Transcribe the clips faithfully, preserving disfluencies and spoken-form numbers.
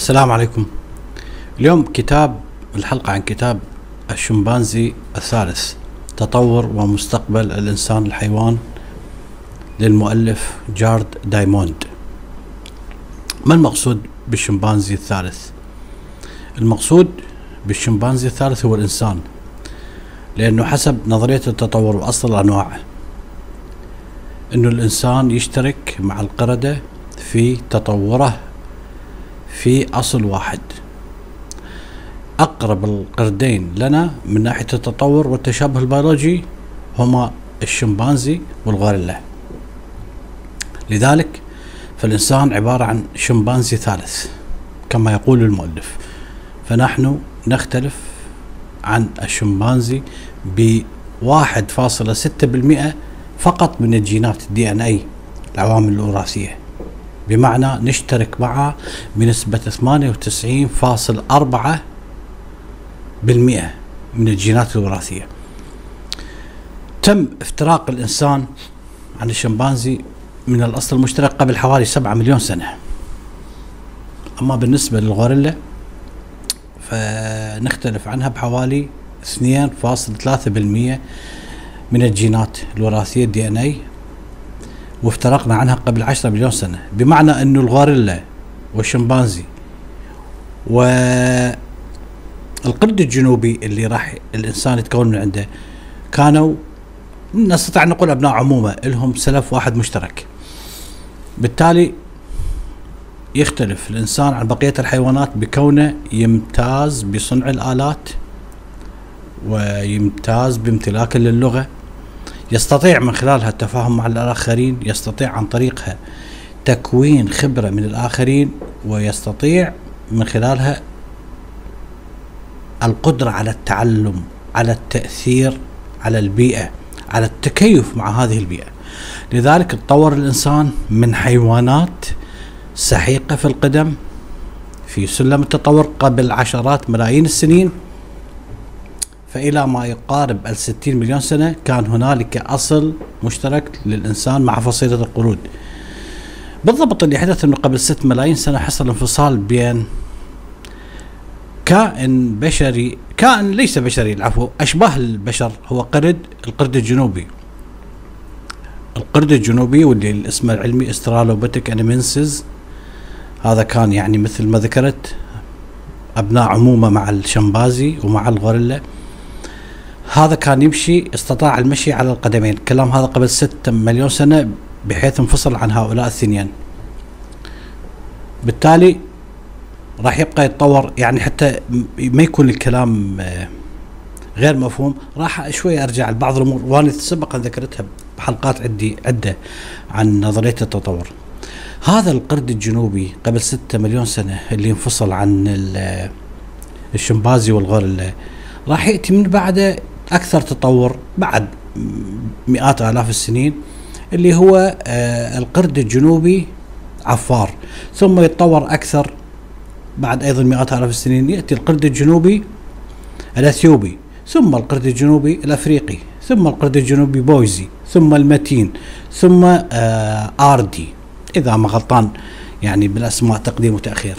السلام عليكم. اليوم كتاب الحلقة عن كتاب الشمبانزي الثالث، تطور ومستقبل الإنسان الحيوان، للمؤلف جارد دايموند. ما المقصود بالشمبانزي الثالث؟ المقصود بالشمبانزي الثالث هو الإنسان، لأنه حسب نظرية التطور وأصل الأنواع أنه الإنسان يشترك مع القردة في تطوره في أصل واحد. أقرب القردين لنا من ناحية التطور والتشابه البيولوجي هما الشمبانزي والغوريلا، لذلك فالإنسان عبارة عن شمبانزي ثالث كما يقول المؤلف. فنحن نختلف عن الشمبانزي بواحد فاصلة ستة بالمئة فقط من الجينات الدي ان اي، العوامل الوراثية، بمعنى نشترك معه بنسبة ثمانية وتسعين فاصلة أربعة بالمئة من الجينات الوراثية. تم افتراق الإنسان عن الشمبانزي من الأصل المشترك قبل حوالي سبعة مليون سنة. أما بالنسبة للغوريلا فنختلف عنها بحوالي اثنين فاصلة ثلاثة بالمئة من الجينات الوراثية الدي ان اي، وافترقنا عنها قبل عشرة مليون سنة، بمعنى أنه الغوريلا والشمبانزي والقرد الجنوبي اللي راح الإنسان يتكون من عنده كانوا نستطيع أن نقول أبناء عمومة، لهم سلف واحد مشترك. بالتالي يختلف الإنسان عن بقية الحيوانات بكونه يمتاز بصنع الآلات، ويمتاز بامتلاكه للغة، يستطيع من خلالها التفاهم مع الآخرين، يستطيع عن طريقها تكوين خبرة من الآخرين، ويستطيع من خلالها القدرة على التعلم، على التأثير على البيئة، على التكيف مع هذه البيئة. لذلك تطور الإنسان من حيوانات سحيقة في القدم في سلم التطور قبل عشرات ملايين السنين، فإلى ما يقارب الستين مليون سنة كان هنالك أصل مشترك للإنسان مع فصيلة القرود. بالضبط اللي حدث أنه قبل ست ملايين سنة حصل انفصال بين كائن بشري، كائن ليس بشري العفو، أشبه البشر، هو قرد، القرد الجنوبي. القرد الجنوبي واللي الاسم العلمي استرالوبيتيك انيمنسيس، هذا كان يعني مثل ما ذكرت أبناء عمومة مع الشمبانزي ومع الغوريلا. هذا كان يمشي، استطاع المشي على القدمين، كلام هذا قبل ستة مليون سنة، بحيث انفصل عن هؤلاء الاثنين. بالتالي راح يبقى يتطور، يعني حتى ما يكون الكلام غير مفهوم راح شوي ارجع لبعض الامور، وانا سبقا ذكرتها بحلقات عندي عدة عن نظرية التطور. هذا القرد الجنوبي قبل ستة مليون سنة اللي انفصل عن الشمبانزي والغوريلا راح يأتي من بعده أكثر تطور بعد مئات آلاف السنين، اللي هو آه القرد الجنوبي عفار، ثم يتطور أكثر بعد أيضا مئات آلاف السنين، يأتي القرد الجنوبي الأثيوبي، ثم القرد الجنوبي الأفريقي، ثم القرد الجنوبي بويزي، ثم المتين، ثم آه آردي، إذا ما غلطان يعني بالأسماء تقديم وتأخير.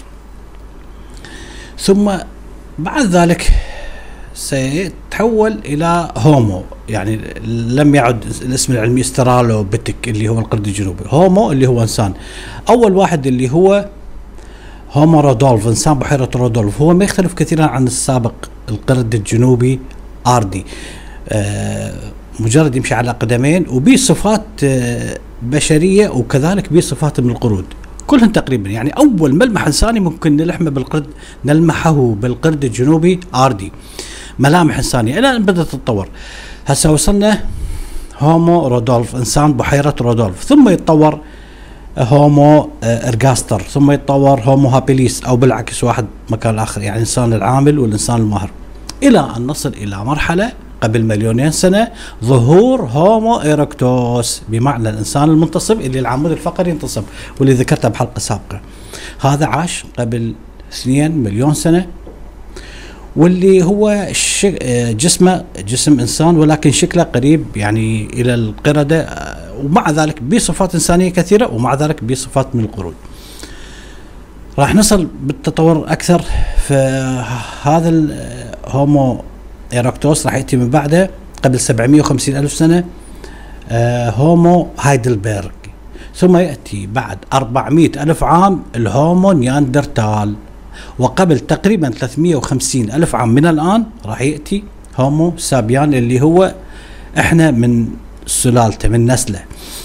ثم بعد ذلك سيتحول إلى هومو، يعني لم يعد الاسم العلمي استرالوبيتيك اللي هو القرد الجنوبي، هومو اللي هو إنسان. أول واحد اللي هو هومو رودولف، إنسان بحيرة رودولف، هو ما يختلف كثيرا عن السابق القرد الجنوبي آردي، آه مجرد يمشي على قدمين وبصفات آه بشرية، وكذلك بصفات من القرود كلهم تقريبا. يعني أول ملمح إنساني ممكن نلحمه بالقرد، نلمحه بالقرد الجنوبي آردي، ملامح إنسانية، إلى أن بدأت تتطور. هسه وصلنا هومو رودولف، إنسان بحيرة رودولف، ثم يتطور هومو إرغاستر، ثم يتطور هومو هابيليس، أو بالعكس واحد مكان الآخر، يعني الإنسان العامل والإنسان الماهر، إلى أن نصل إلى مرحلة قبل مليونين سنة ظهور هومو إيركتوس، بمعنى الإنسان المنتصب اللي العمود الفقري ينتصب، واللي ذكرتها بحلقة سابقة. هذا عاش قبل اثنين مليون سنة، واللي هو جسمه جسم إنسان ولكن شكله قريب يعني إلى القردة، ومع ذلك بصفات إنسانية كثيرة، ومع ذلك بصفات من القرود. راح نصل بالتطور اكثر. فهذا الهومو ايركتوس راح ياتي من بعده قبل سبعمائة وخمسين الف سنه آه هومو هايدلبرغ، ثم ياتي بعد أربعمائة الف عام الهومو نياندرتال، وقبل تقريبا ثلاثمائة وخمسين الف عام من الان راح ياتي هومو سابيان اللي هو احنا من سلالته من نسله.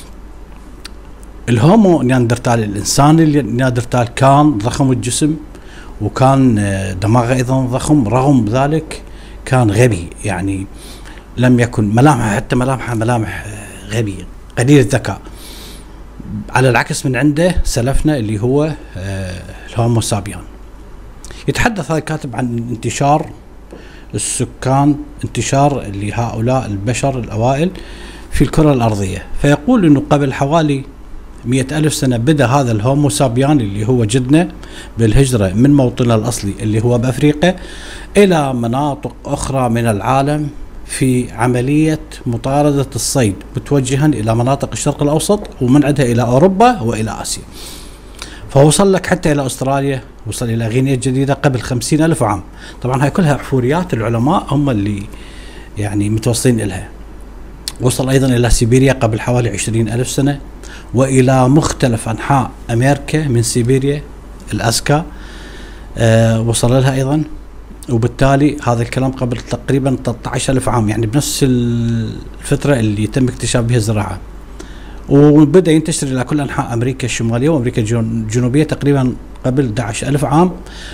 الهومو نياندرتال الانسان النياندرتال كان ضخم الجسم، وكان دماغه ايضا ضخم، رغم ذلك كان غبي، يعني لم يكن ملامحه حتى ملامحه ملامح غبي قليل الذكاء، على العكس من عنده سلفنا اللي هو الهومو سابيان. يتحدث هذا الكاتب عن انتشار السكان، انتشار لهؤلاء البشر الأوائل في الكرة الأرضية، فيقول أنه قبل حوالي مئة ألف سنة بدأ هذا الهومو سابيان اللي هو جدنا بالهجرة من موطنه الأصلي اللي هو بأفريقيا إلى مناطق أخرى من العالم في عملية مطاردة الصيد، متوجها إلى مناطق الشرق الأوسط ومن عندها إلى أوروبا وإلى آسيا. فوصل لك حتى إلى أستراليا، وصل إلى غينيا الجديدة قبل خمسين ألف عام. طبعا هاي كلها حفوريات العلماء هم اللي يعني متوصلين إلها. وصل أيضا إلى سيبيريا قبل حوالي عشرين ألف سنة، وإلى مختلف أنحاء أمريكا من سيبيريا الأسكا آه وصل لها أيضا. وبالتالي هذا الكلام قبل تقريبا ثلاثة عشر ألف عام، يعني بنفس الفترة اللي تم اكتشاف بها الزراعة، وبدأ ينتشر إلى كل أنحاء أمريكا الشمالية وأمريكا الجنوبية تقريبا قبل أحد عشر ألف عام،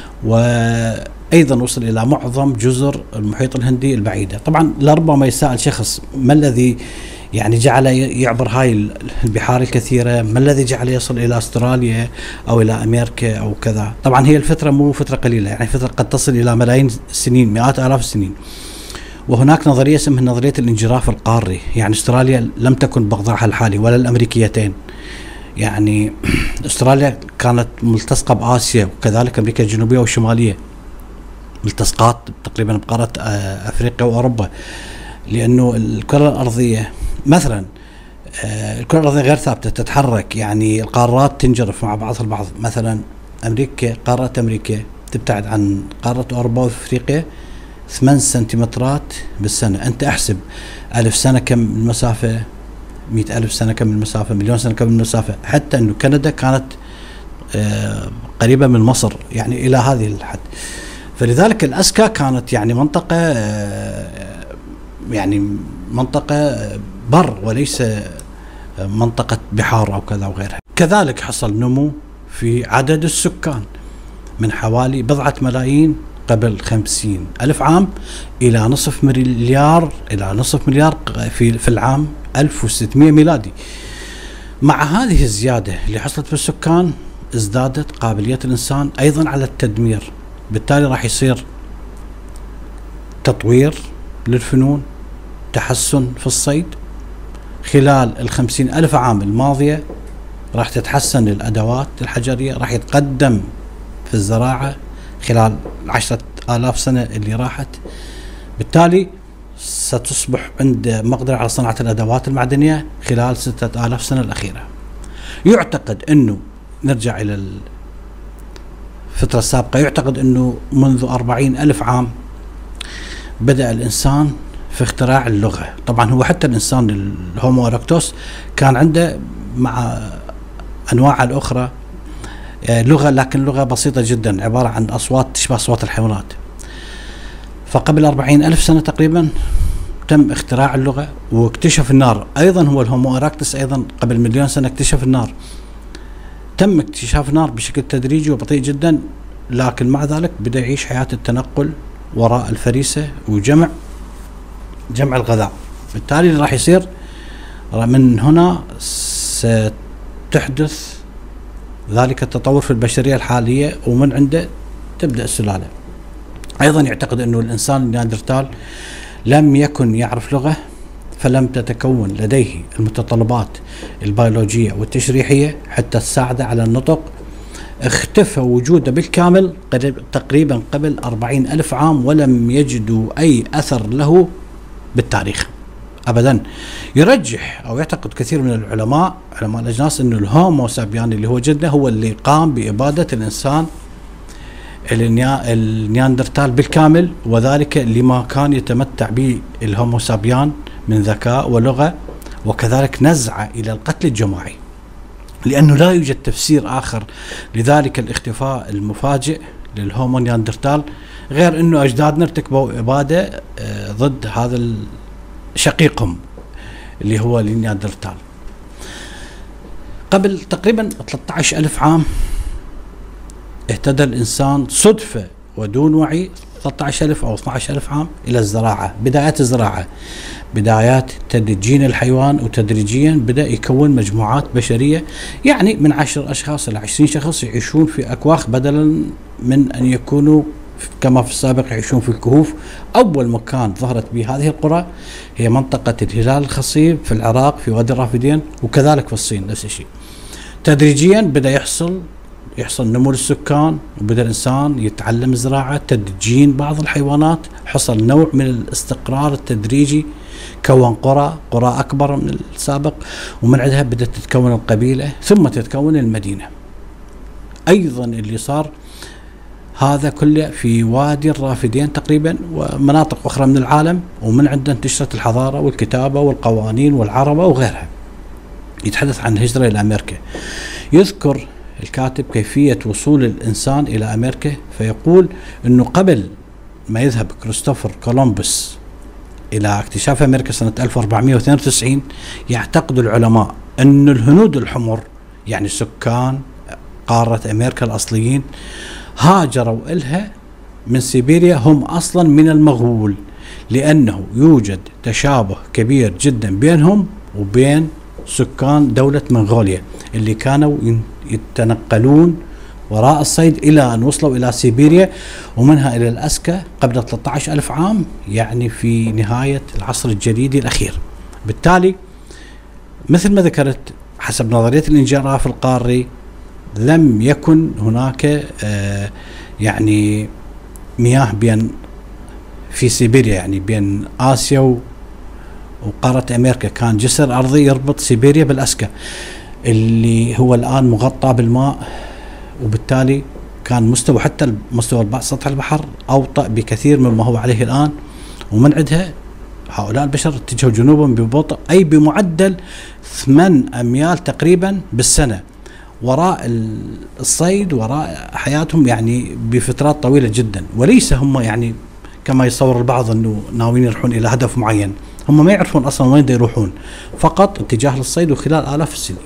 وأيضا وصل إلى معظم جزر المحيط الهندي البعيدة. طبعا لربما يسأل شخص ما الذي يعني جعل يعبر هاي البحار الكثيرة، ما الذي جعل يصل إلى أستراليا أو إلى أمريكا أو كذا. طبعا هي الفترة مو فترة قليلة، يعني فترة قد تصل إلى ملايين السنين، مئات آلاف السنين. وهناك نظرية اسمها نظرية الانجراف القاري، يعني استراليا لم تكن بوضعها الحالي ولا الأمريكيتين، يعني استراليا كانت ملتصقة بآسيا، وكذلك أمريكا الجنوبية والشمالية ملتصقات تقريبا بقارة أفريقيا وأوروبا، لأنه الكرة الأرضية مثلا الكرة الأرضية غير ثابتة تتحرك، يعني القارات تنجرف مع بعضها البعض. مثلا أمريكا، قارة أمريكا تبتعد عن قارة أوروبا وأفريقيا ثمان سنتيمترات بالسنة. أنت أحسب ألف سنة كم المسافة، مئة ألف سنة كم المسافة، مليون سنة كم المسافة. حتى أنه كندا كانت آه قريبة من مصر، يعني إلى هذه الحد. فلذلك الأسكا كانت يعني منطقة آه يعني منطقة بر وليس منطقة بحار أو كذا وغيرها. كذلك حصل نمو في عدد السكان من حوالي بضعة ملايين قبل خمسين ألف عام إلى نصف مليار إلى نصف مليار في في العام ألف وستمائة ميلادي. مع هذه الزيادة اللي حصلت في السكان ازدادت قابلية الإنسان أيضا على التدمير، بالتالي راح يصير تطوير للفنون، تحسن في الصيد. خلال الخمسين ألف عام الماضية راح تتحسن الأدوات الحجرية، راح يتقدم في الزراعة خلال عشرة آلاف سنة اللي راحت. بالتالي ستصبح عند مقدرة على صناعة الأدوات المعدنية خلال ستة آلاف سنة الأخيرة. يعتقد أنه نرجع إلى الفترة السابقة، يعتقد أنه منذ أربعين ألف عام بدأ الإنسان في اختراع اللغة. طبعا هو حتى الإنسان الهومو إيركتوس كان عنده مع أنواع الأخرى لغة، لكن لغة بسيطة جدا عبارة عن أصوات تشبه أصوات الحيوانات. فقبل أربعين ألف سنة تقريبا تم اختراع اللغة واكتشف النار. أيضا هو الهومو إيركتس أيضا قبل مليون سنة اكتشف النار. تم اكتشاف النار بشكل تدريجي وبطيء جدا، لكن مع ذلك بدأ يعيش حياة التنقل وراء الفريسة وجمع جمع الغذاء. بالتالي راح يصير من هنا ستحدث ذلك التطور في البشرية الحالية، ومن عنده تبدأ السلالة. أيضا يعتقد أنه الإنسان النياندرتال لم يكن يعرف لغة، فلم تتكون لديه المتطلبات البيولوجية والتشريحية حتى تساعده على النطق. اختفى وجوده بالكامل تقريبا قبل أربعين ألف عام، ولم يجدوا أي أثر له بالتاريخ، ابدا. يرجح او يعتقد كثير من العلماء علماء الاجناس انه الهومو سابياني اللي هو جدنا هو اللي قام باباده الانسان النياندرتال بالكامل، وذلك لما كان يتمتع به الهومو سابيان من ذكاء ولغه، وكذلك نزعه الى القتل الجماعي، لانه لا يوجد تفسير اخر لذلك الاختفاء المفاجئ للهومو نياندرتال غير انه اجدادنا ارتكبوا اباده ضد هذا شقيقهم اللي هو النياندرتال. قبل تقريبا ثلاثة عشر ألف عام اهتدى الإنسان صدفة ودون وعي ثلاثة عشر ألف أو اثني عشر ألف عام إلى الزراعة، بدايات الزراعة، بدايات تدجين الحيوان، وتدريجيا بدأ يكون مجموعات بشرية، يعني من عشر أشخاص إلى عشرين شخص يعيشون في أكواخ بدلا من أن يكونوا كما في السابق يعيشون في الكهوف. أول مكان ظهرت به هذه القرى هي منطقة الهلال الخصيب في العراق في وادي الرافدين، وكذلك في الصين نفس الشيء. تدريجيا بدأ يحصل يحصل نمو السكان، وبدأ الإنسان يتعلم الزراعة، تدجين بعض الحيوانات، حصل نوع من الاستقرار التدريجي، كون قرى قرى أكبر من السابق، ومن عندها بدأت تتكون القبيلة، ثم تتكون المدينة. أيضا اللي صار هذا كله في وادي الرافدين تقريبا ومناطق أخرى من العالم، ومن عندنا انتشرت الحضارة والكتابة والقوانين والعربة وغيرها. يتحدث عن الهجرة إلى أمريكا. يذكر الكاتب كيفية وصول الإنسان إلى أمريكا، فيقول أنه قبل ما يذهب كريستوفر كولومبوس إلى اكتشاف أمريكا سنة ألف وأربعمائة واثنين وتسعين، يعتقد العلماء أن الهنود الحمر يعني سكان قارة أمريكا الأصليين هاجروا إلها من سيبيريا، هم أصلا من المغول، لأنه يوجد تشابه كبير جدا بينهم وبين سكان دولة منغوليا اللي كانوا يتنقلون وراء الصيد إلى أن وصلوا إلى سيبيريا، ومنها إلى الأسكا قبل ثلاثة عشر ألف عام، يعني في نهاية العصر الجليدي الأخير. بالتالي مثل ما ذكرت حسب نظرية الانجراف القاري، لم يكن هناك آه يعني مياه بين في سيبيريا، يعني بين آسيا وقارة أمريكا، كان جسر أرضي يربط سيبيريا بالأسكا اللي هو الآن مغطى بالماء، وبالتالي كان مستوى حتى مستوى سطح البحر أوطأ بكثير مما هو عليه الآن. ومن عندها هؤلاء البشر اتجهوا جنوبا ببطء، أي بمعدل ثمان أميال تقريبا بالسنة، وراء الصيد وراء حياتهم، يعني بفترات طويلة جدا. وليس هم يعني كما يصور البعض أنه ناويين يروحون إلى هدف معين، هم ما يعرفون أصلا وين يروحون، فقط اتجاه للصيد، وخلال آلاف السنين.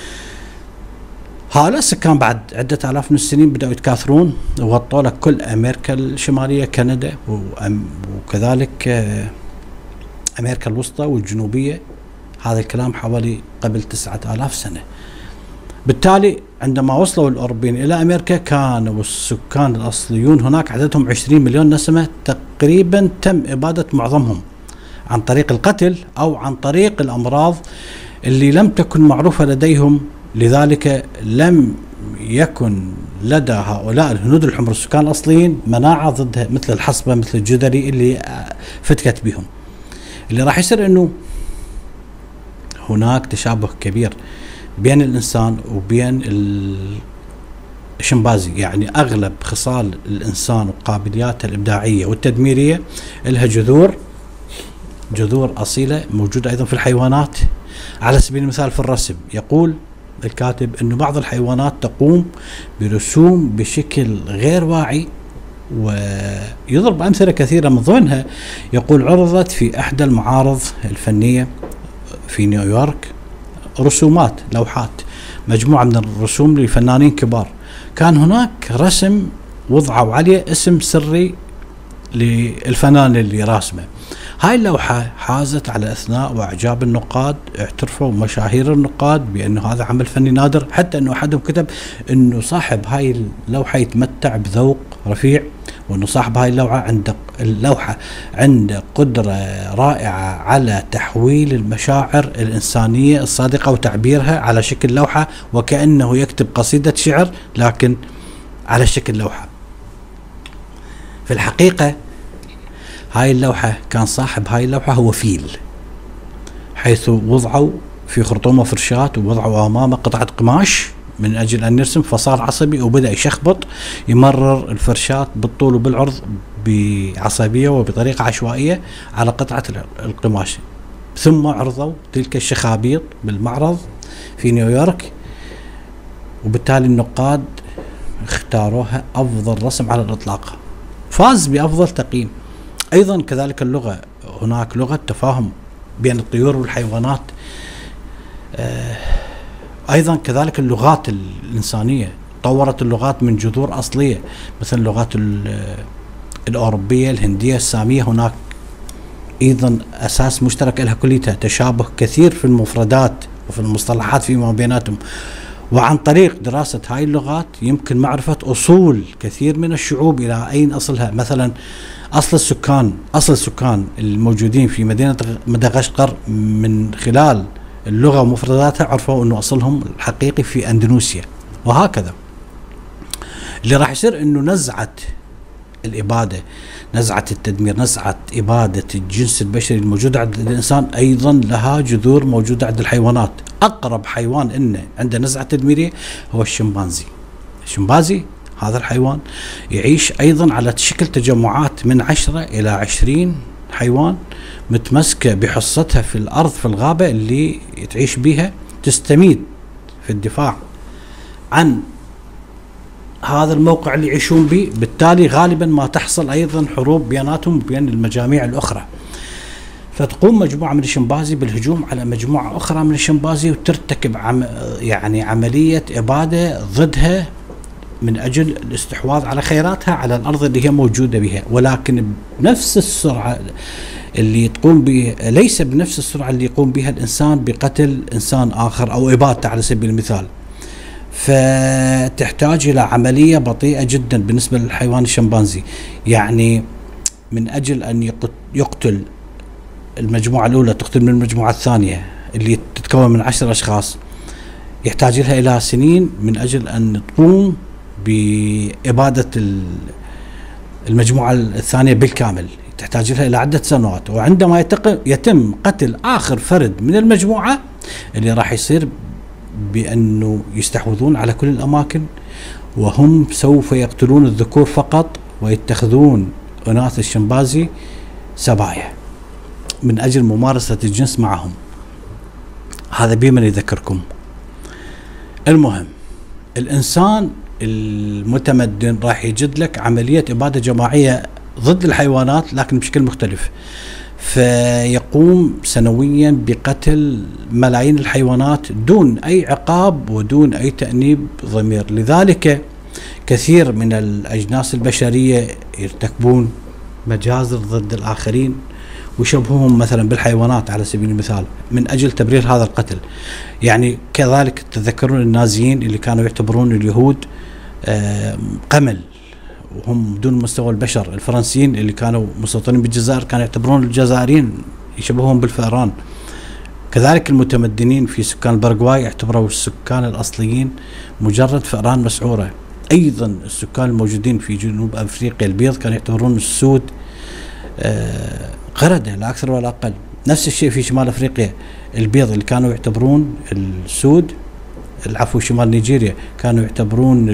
هؤلاء السكان بعد عدة آلاف من السنين بدأوا يتكاثرون، وغطوا لك كل أمريكا الشمالية، كندا، وكذلك أمريكا الوسطى والجنوبية. هذا الكلام حوالي قبل تسعة آلاف سنة. بالتالي عندما وصلوا الأوروبيين إلى أمريكا، كانوا السكان الأصليون هناك عددهم عشرين مليون نسمة تقريبا، تم إبادة معظمهم عن طريق القتل أو عن طريق الأمراض اللي لم تكن معروفة لديهم. لذلك لم يكن لدى هؤلاء الهنود الحمر السكان الأصليين مناعة ضدها، مثل الحصبة، مثل الجدري اللي فتكت بهم. اللي راح يصير أنه هناك تشابه كبير بين الإنسان وبين الشمبانزي، يعني أغلب خصال الإنسان وقابلياته الإبداعية والتدميرية لها جذور جذور أصيلة موجودة أيضا في الحيوانات. على سبيل المثال في الرسم، يقول الكاتب أن بعض الحيوانات تقوم برسوم بشكل غير واعي، ويضرب أمثلة كثيرة من ضمنها يقول عرضت في إحدى المعارض الفنية في نيويورك رسومات، لوحات، مجموعة من الرسوم لفنانين كبار. كان هناك رسم وضعوا عليه اسم سري للفنان اللي راسمه. هاي اللوحة حازت على أثناء وإعجاب النقاد، اعترفوا مشاهير النقاد بأنه هذا عمل فني نادر، حتى أنه أحدهم كتب أنه صاحب هاي اللوحة يتمتع بذوق رفيع، وأنه صاحب هاي اللوحة عنده اللوحة عنده قدرة رائعة على تحويل المشاعر الإنسانية الصادقة وتعبيرها على شكل لوحة، وكأنه يكتب قصيدة شعر لكن على شكل لوحة. في الحقيقة هاي اللوحة كان صاحب هاي اللوحة هو فيل، حيث وضعوا في خرطومه فرشات ووضعوا امامه قطعه قماش من اجل ان يرسم، فصار عصبي وبدا يشخبط يمرر الفرشات بالطول وبالعرض بعصبيه وبطريقه عشوائيه على قطعه القماش، ثم عرضوا تلك الشخابيط بالمعرض في نيويورك، وبالتالي النقاد اختاروها افضل رسم على الاطلاق، فاز بافضل تقييم. ايضا كذلك اللغه، هناك لغه تفاهم بين الطيور والحيوانات. آه ايضا كذلك اللغات الانسانيه، طورت اللغات من جذور اصليه مثل اللغات الاوروبيه الهنديه الساميه، هناك ايضا اساس مشترك لها كليتها، تشابه كثير في المفردات وفي المصطلحات فيما بيناتهم، وعن طريق دراسة هاي اللغات يمكن معرفة أصول كثير من الشعوب إلى أين أصلها. مثلا أصل السكان أصل السكان الموجودين في مدينة مدغشقر من خلال اللغة ومفرداتها عرفوا أنه أصلهم الحقيقي في أندونيسيا، وهكذا. اللي راح يصير أنه نزعة الإبادة، نزعة التدمير، نزعة إبادة الجنس البشري الموجودة عند الإنسان أيضا لها جذور موجودة عند الحيوانات. أقرب حيوان إنه عنده نزعة تدميرية هو الشمبانزي. الشمبانزي هذا الحيوان يعيش أيضا على شكل تجمعات من عشرة إلى عشرين حيوان متمسكة بحصتها في الأرض في الغابة اللي تعيش بها، تستميت في الدفاع عن هذا الموقع اللي يعيشون به، بالتالي غالبا ما تحصل أيضا حروب بيناتهم وبين المجاميع الأخرى، فتقوم مجموعة من الشمبانزي بالهجوم على مجموعة أخرى من الشمبانزي وترتكب عم يعني عملية إبادة ضدها من أجل الاستحواذ على خيراتها على الأرض اللي هي موجودة بها، ولكن بنفس السرعة اللي تقوم به، ليس بنفس السرعة اللي يقوم بها الإنسان بقتل إنسان آخر أو إبادته على سبيل المثال، فتحتاج إلى عملية بطيئة جدا بالنسبة للحيوان الشمبانزي. يعني من أجل أن يقتل المجموعة الأولى تقتل من المجموعة الثانية اللي تتكون من عشر أشخاص، يحتاج لها إلى سنين من أجل أن تقوم بإبادة المجموعة الثانية بالكامل، تحتاج لها إلى عدة سنوات. وعندما يتم قتل آخر فرد من المجموعة اللي راح يصير بأنه يستحوذون على كل الأماكن، وهم سوف يقتلون الذكور فقط ويتخذون أناث الشمبانزي سبايا من أجل ممارسة الجنس معهم. هذا بمن يذكركم. المهم الإنسان المتمدن راح يجد لك عملية إبادة جماعية ضد الحيوانات لكن بشكل مختلف، فيقوم سنويا بقتل ملايين الحيوانات دون أي عقاب ودون أي تأنيب ضمير. لذلك كثير من الأجناس البشرية يرتكبون مجازر ضد الآخرين ويشبههم مثلا بالحيوانات على سبيل المثال من أجل تبرير هذا القتل. يعني كذلك تذكرون النازيين اللي كانوا يعتبرون اليهود قمل وهم دون مستوى البشر، الفرنسيين اللي كانوا مستوطنين بالجزائر كانوا يعتبرون الجزائريين يشبههم بالفئران، كذلك المتمدنين في سكان البرغواي يعتبروا السكان الأصليين مجرد فئران مسعورة. أيضا السكان الموجودين في جنوب أفريقيا البيض كانوا يعتبرون السود آه قردة لا أكثر ولا أقل. نفس الشيء في شمال أفريقيا البيض اللي كانوا يعتبرون السود، العفو شمال نيجيريا كانوا يعتبرون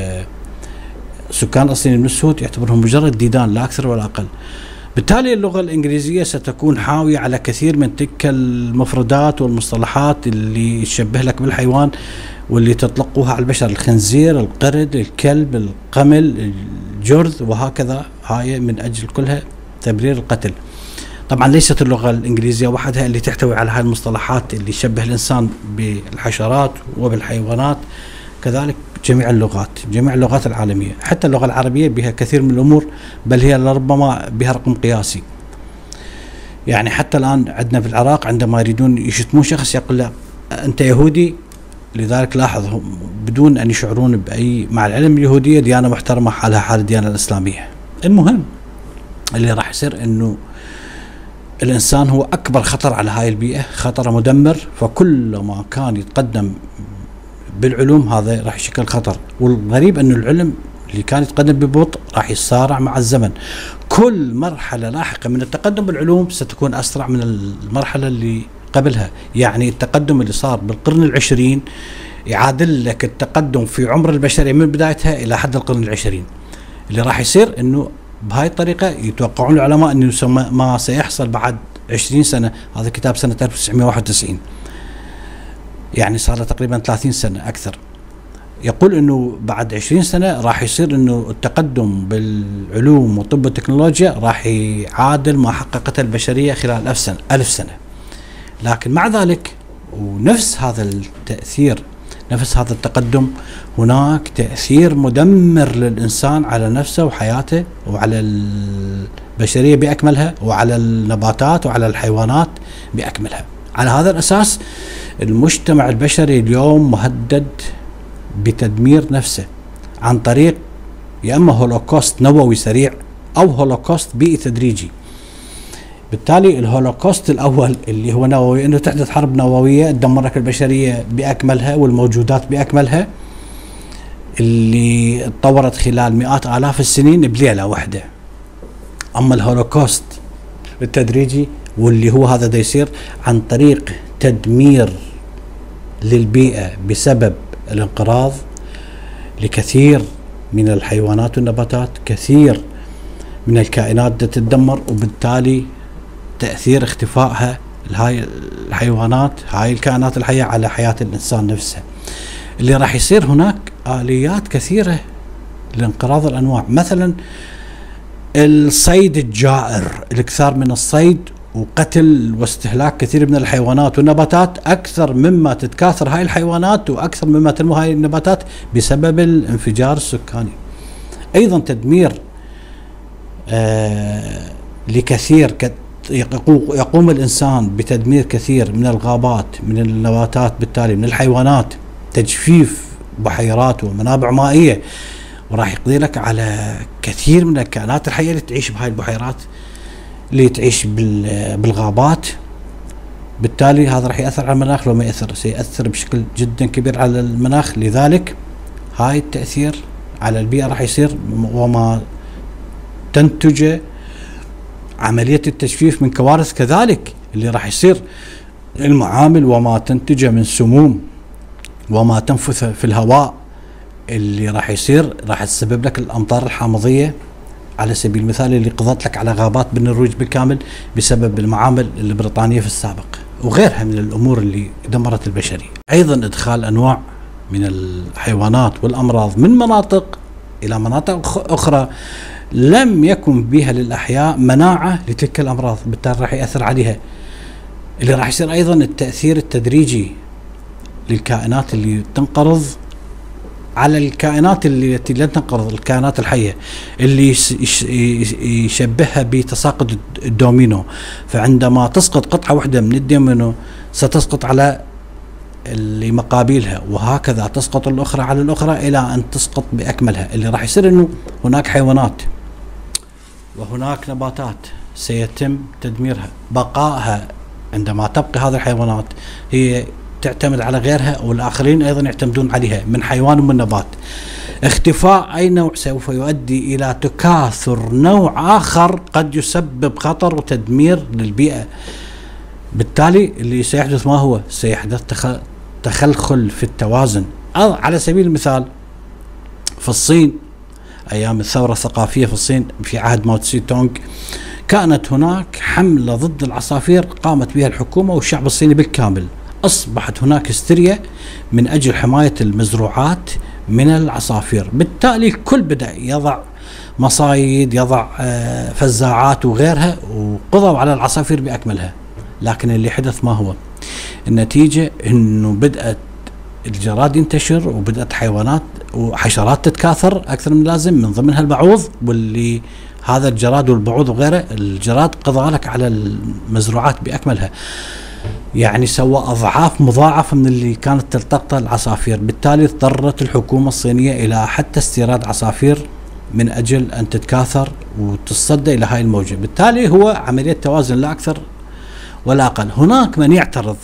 السكان الأصليين من السود يعتبرهم مجرد ديدان لا أكثر ولا أقل. بالتالي اللغة الإنجليزية ستكون حاوية على كثير من تلك المفردات والمصطلحات اللي يشبه لك بالحيوان واللي تطلقوها على البشر، الخنزير، القرد، الكلب، القمل، الجرذ، وهكذا. هاي من أجل كلها تبرير القتل. طبعا ليست اللغة الإنجليزية وحدها اللي تحتوي على هاي المصطلحات اللي يشبه الإنسان بالحشرات وبالحيوانات، كذلك جميع اللغات جميع اللغات العالمية، حتى اللغة العربية بها كثير من الأمور، بل هي لربما بها رقم قياسي. يعني حتى الآن عندنا في العراق عندما يريدون يشتمون شخص يقول له أنت يهودي، لذلك لاحظ بدون أن يشعرون بأي، مع العلم اليهودية ديانة محترمة حالها حال الديانة الإسلامية. المهم اللي راح يصير أنه الإنسان هو أكبر خطر على هاي البيئة، خطر مدمر، فكلما كان يتقدم بالعلوم هذا راح يشكل خطر. والغريب أنه العلم اللي كان يتقدم ببطء راح يسارع مع الزمن، كل مرحلة لاحقة من التقدم بالعلوم ستكون أسرع من المرحلة اللي قبلها. يعني التقدم اللي صار بالقرن العشرين يعادل لك التقدم في عمر البشرية من بدايتها إلى حد القرن العشرين. اللي راح يصير إنه بهاي الطريقة يتوقعون العلماء إنه ما سيحصل بعد عشرين سنة. هذا كتاب سنة ألف وتسعمائة وواحد وتسعين، يعني صار له تقريبا ثلاثين سنة أكثر. يقول إنه بعد عشرين سنة راح يصير إنه التقدم بالعلوم والطب والتكنولوجيا راح يعادل ما حققته البشرية خلال ألف سنة ألف سنة. لكن مع ذلك ونفس هذا التأثير، نفس هذا التقدم، هناك تأثير مدمر للإنسان على نفسه وحياته وعلى البشرية بأكملها وعلى النباتات وعلى الحيوانات بأكملها. على هذا الأساس المجتمع البشري اليوم مهدد بتدمير نفسه عن طريق يا اما هولوكوست نووي سريع او هولوكوست بيئي تدريجي. بالتالي الهولوكوست الاول اللي هو نووي، انه تحدث حرب نوويه تدمرك البشريه باكملها والموجودات باكملها، اللي تطورت خلال مئات الاف السنين بليله واحده. اما الهولوكوست التدريجي واللي هو هذا دا يصير عن طريق تدمير للبيئه بسبب الانقراض لكثير من الحيوانات والنباتات، كثير من الكائنات تتدمر، وبالتالي تأثير اختفائها هاي الحيوانات هاي الكائنات الحية على حياة الإنسان نفسه. اللي راح يصير هناك آليات كثيرة لانقراض الأنواع، مثلا الصيد الجائر، الاكثار من الصيد وقتل واستهلاك كثير من الحيوانات والنباتات أكثر مما تتكاثر هاي الحيوانات وأكثر مما تنمو هاي النباتات بسبب الانفجار السكاني. أيضا تدمير آه لكثير، يقوم الإنسان بتدمير كثير من الغابات، من النباتات، بالتالي من الحيوانات، تجفيف بحيرات ومنابع مائية، وراح يقضي لك على كثير من الكائنات الحية اللي تعيش بهاي البحيرات، اللي تعيش بالغابات. بالتالي هذا راح يأثر على المناخ. لو ما يأثر سيأثر بشكل جدا كبير على المناخ. لذلك هاي التأثير على البيئة راح يصير، وما تنتج عملية التجفيف من كوارث كذلك اللي راح يصير، المعامل وما تنتج من سموم وما تنفث في الهواء اللي راح يصير راح تسبب لك الأمطار الحامضية على سبيل المثال، اللي قضت لك على غابات بالنرويج بالكامل بسبب المعامل البريطانية في السابق، وغيرها من الأمور اللي دمرت البشرية. أيضا إدخال أنواع من الحيوانات والأمراض من مناطق إلى مناطق أخرى لم يكن بها للأحياء مناعة لتلك الأمراض، بالتالي راح يأثر عليها. اللي راح يصير أيضا التأثير التدريجي للكائنات اللي تنقرض على الكائنات اللي التي لن تنقرض، الكائنات الحية اللي يشبهها بتساقط الدومينو. فعندما تسقط قطعة واحدة من الدومينو ستسقط على اللي مقابلها، وهكذا تسقط الأخرى على الأخرى إلى أن تسقط بأكملها. اللي راح يصير أنه هناك حيوانات وهناك نباتات سيتم تدميرها. بقائها عندما تبقى هذه الحيوانات هي تعتمد على غيرها، والآخرين أيضا يعتمدون عليها من حيوان ومن نبات. اختفاء أي نوع سوف يؤدي إلى تكاثر نوع آخر قد يسبب خطر وتدمير للبيئة. بالتالي اللي سيحدث ما هو؟ سيحدث تخلخل في التوازن. على سبيل المثال في الصين أيام الثورة الثقافية في الصين في عهد ماو تسي تونغ، كانت هناك حملة ضد العصافير قامت بها الحكومة والشعب الصيني بالكامل. أصبحت هناك هستيريا من أجل حماية المزروعات من العصافير. بالتالي الكل بدأ يضع مصايد، يضع فزاعات وغيرها، وقضوا على العصافير بأكملها. لكن اللي حدث ما هو؟ النتيجة أنه بدأت الجراد ينتشر، وبدأت حيوانات وحشرات تتكاثر أكثر من اللازم، من ضمنها البعوض، واللي هذا الجراد والبعوض وغيره، الجراد قضى لك على المزروعات بأكملها، يعني سوى أضعاف مضاعفة من اللي كانت تلتقطها العصافير. بالتالي اضطرت الحكومة الصينية إلى حتى استيراد عصافير من أجل أن تتكاثر وتصدى إلى هاي الموجة. بالتالي هو عملية توازن لا أكثر ولا أقل. هناك من يعترض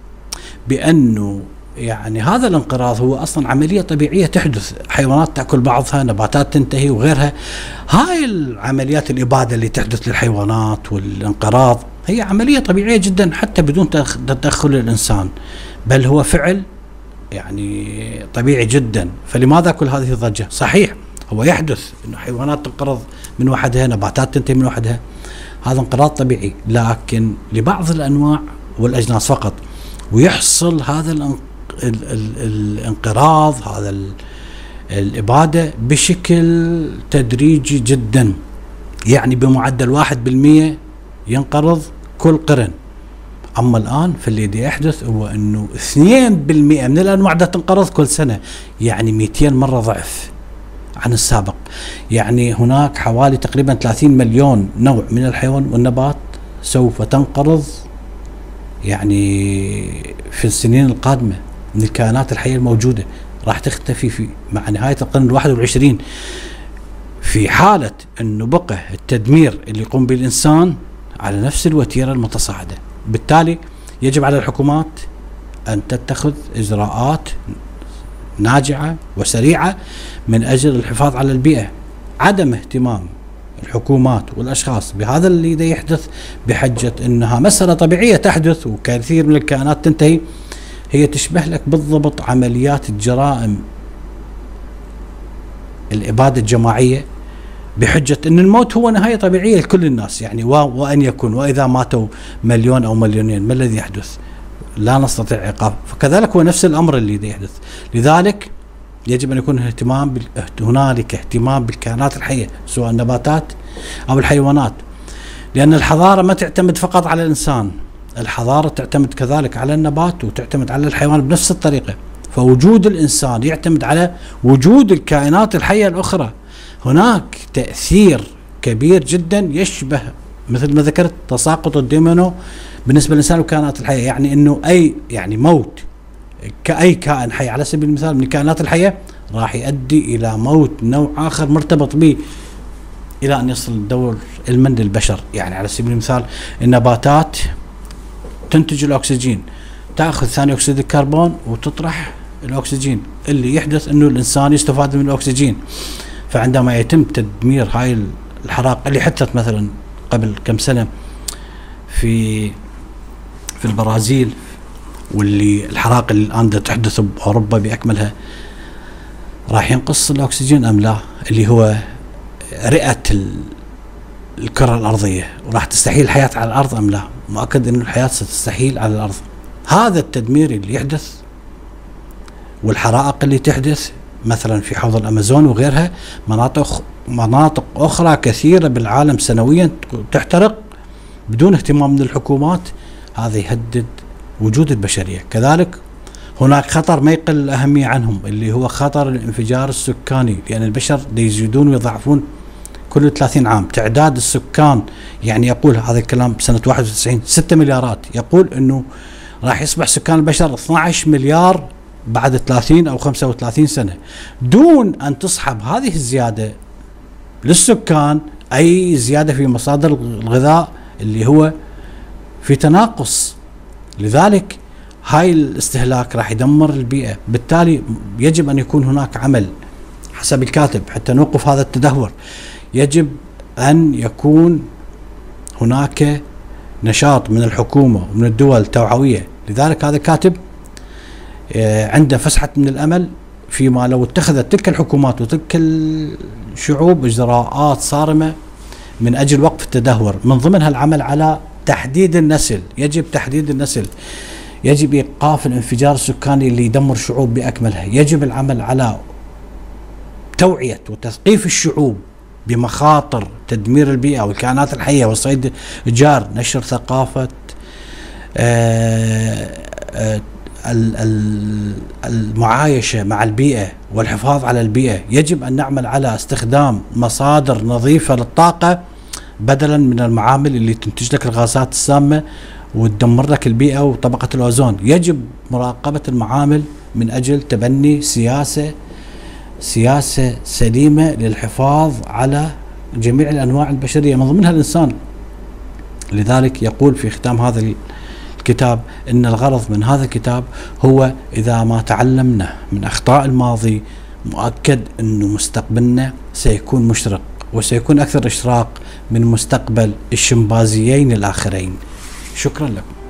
بأنه يعني هذا الانقراض هو أصلا عملية طبيعية تحدث، حيوانات تأكل بعضها، نباتات تنتهي وغيرها. هاي العمليات الإبادة اللي تحدث للحيوانات والانقراض هي عملية طبيعية جدا حتى بدون تدخل الإنسان، بل هو فعل يعني طبيعي جدا. فلماذا كل هذه الضجة؟ صحيح هو يحدث انه حيوانات تنقرض من وحدها، نباتات تنتهي من وحدها، هذا انقراض طبيعي، لكن لبعض الانواع والاجناس فقط، ويحصل هذا الانق... ال... ال... الانقراض، هذا ال... الاباده بشكل تدريجي جدا، يعني بمعدل واحد بالمئة ينقرض كل قرن. اما الان فاللي دي يحدث هو انه اثنين بالمئة من الانواع ده تنقرض كل سنه، يعني مئتين مره ضعف عن السابق. يعني هناك حوالي تقريبا ثلاثين مليون نوع من الحيوان والنبات سوف تنقرض يعني في السنين القادمه من الكائنات الحيه الموجوده، راح تختفي في مع نهايه القرن الواحد والعشرين، في حاله انه بقى التدمير اللي يقوم به الانسان على نفس الوتيره المتصاعده. بالتالي يجب على الحكومات ان تتخذ اجراءات ناجعه وسريعه من اجل الحفاظ على البيئه. عدم اهتمام الحكومات والاشخاص بهذا اللي دا يحدث بحجه انها مساله طبيعيه تحدث وكثير من الكائنات تنتهي، هي تشبه لك بالضبط عمليات الجرائم الاباده الجماعيه، بحجه ان الموت هو نهايه طبيعيه لكل الناس، يعني وان يكون واذا ماتوا مليون او مليونين ما الذي يحدث؟ لا نستطيع عقاب. فكذلك هو نفس الامر اللي دا يحدث. لذلك يجب ان يكون اهتمام بال... هنالك اهتمام بالكائنات الحيه سواء النباتات او الحيوانات، لان الحضاره ما تعتمد فقط على الانسان، الحضاره تعتمد كذلك على النبات وتعتمد على الحيوان بنفس الطريقه. فوجود الانسان يعتمد على وجود الكائنات الحيه الاخرى. هناك تاثير كبير جدا يشبه مثل ما ذكرت تساقط الدومينو بالنسبه للانسان والكائنات الحيه، يعني انه اي يعني موت كأي كائن حي على سبيل المثال من الكائنات الحية راح يؤدي إلى موت نوع آخر مرتبط به إلى أن يصل دور المن للبشر. يعني على سبيل المثال النباتات تنتج الأكسجين، تأخذ ثاني أكسيد الكربون وتطرح الأكسجين، اللي يحدث أنه الإنسان يستفاد من الأكسجين. فعندما يتم تدمير هاي الحرائق اللي حدثت مثلا قبل كم سنة في في البرازيل، واللي الحرائق اللي الآن تحدث بأوروبا بأكملها، راح ينقص الأكسجين أم لا؟ اللي هو رئة الكرة الأرضية، وراح تستحيل الحياة على الأرض أم لا؟ مؤكد أن الحياة ستستحيل على الأرض. هذا التدمير اللي يحدث والحرائق اللي تحدث مثلا في حوض الأمازون وغيرها، مناطق مناطق أخرى كثيرة بالعالم سنويا تحترق بدون اهتمام من الحكومات، هذا يهدد وجود البشرية. كذلك هناك خطر ما يقل الأهمية عنهم اللي هو خطر الانفجار السكاني، لأن البشر يزيدون ويضعفون كل ثلاثين عام. تعداد السكان يعني يقول هذا الكلام بسنة واحد وتسعين ستة مليارات، يقول أنه راح يصبح سكان البشر اثني عشر مليار بعد ثلاثين أو خمسة وثلاثين سنة، دون أن تصحب هذه الزيادة للسكان أي زيادة في مصادر الغذاء اللي هو في تناقص. لذلك هاي الاستهلاك راح يدمر البيئة. بالتالي يجب أن يكون هناك عمل حسب الكاتب حتى نوقف هذا التدهور. يجب أن يكون هناك نشاط من الحكومة ومن الدول توعوية. لذلك هذا كاتب عنده فسحة من الأمل فيما لو اتخذت تلك الحكومات وتلك الشعوب إجراءات صارمة من أجل وقف التدهور، من ضمنها العمل على تحديد النسل. يجب تحديد النسل، يجب إيقاف الانفجار السكاني اللي يدمر شعوب بأكملها، يجب العمل على توعية وتثقيف الشعوب بمخاطر تدمير البيئة والكائنات الحية والصيد الجار، نشر ثقافة آآ آآ المعايشة مع البيئة والحفاظ على البيئة. يجب أن نعمل على استخدام مصادر نظيفة للطاقة بدلا من المعامل اللي تنتج لك الغازات السامة وتدمر لك البيئة وطبقة الأوزون. يجب مراقبة المعامل من أجل تبني سياسة سياسة سليمة للحفاظ على جميع الأنواع البشرية من ضمنها الإنسان. لذلك يقول في ختام هذا الكتاب إن الغرض من هذا الكتاب هو إذا ما تعلمنا من أخطاء الماضي مؤكد أنه مستقبلنا سيكون مشرق، وسيكون أكثر إشراق من مستقبل الشمبانزيين الآخرين. شكرا لكم.